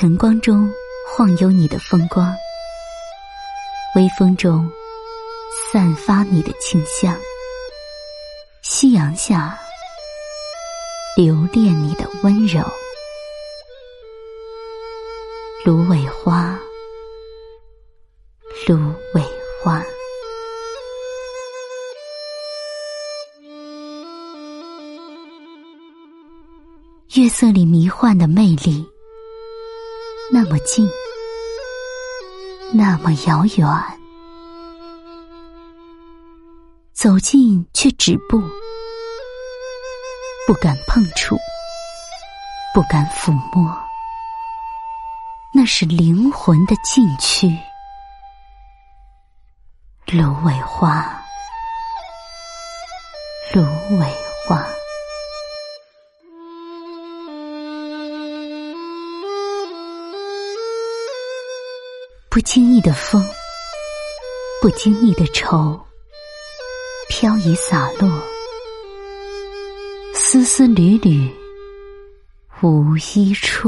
晨光中晃悠你的风光，微风中散发你的清香，夕阳下留恋你的温柔。芦苇花，芦苇花。月色里迷幻的魅力，那么近，那么遥远，走近却止步，不敢碰触，不敢抚摸，那是灵魂的禁区。芦苇花，芦苇花。不经意的风，不经意的愁，飘移洒落，丝丝缕缕，无一处。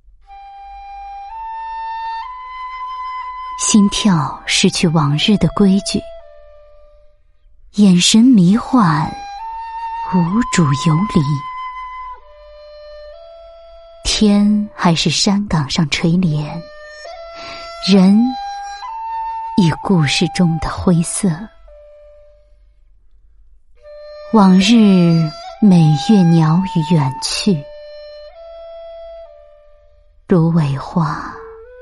心跳失去往日的规矩，眼神迷幻，无主游离。天还是山岗上垂帘，人以故事中的灰色。往日美月鸟语远去，芦苇花，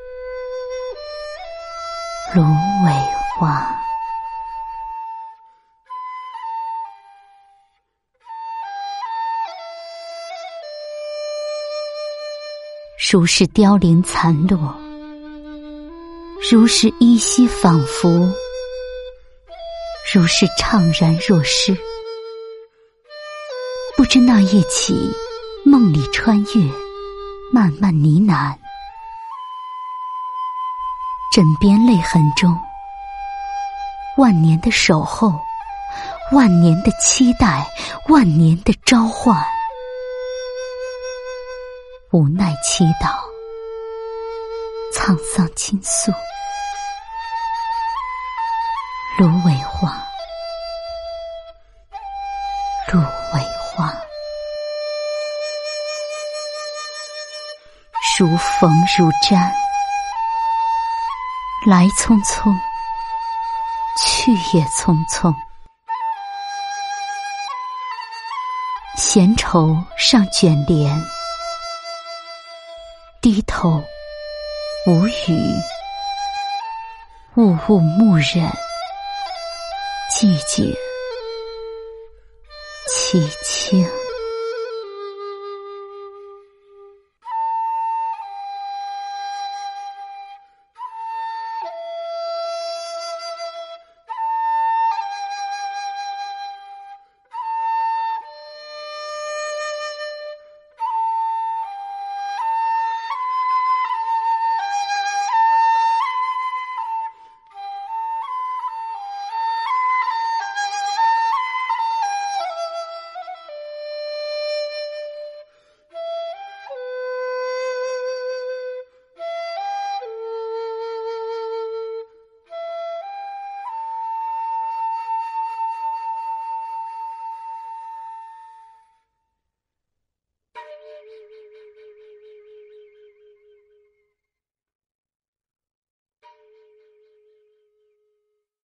芦苇花。如是凋零残落，如是依稀仿佛，如是怅然若失。不知那夜起，梦里穿越，慢慢呢喃。枕边泪痕中，万年的守候，万年的期待，万年的召唤。无奈祈祷，沧桑倾诉。芦苇花，芦苇花。如逢如瞻，来匆匆，去也匆匆。闲愁上卷帘，低头无语，雾雾木忍，寂寂凄清。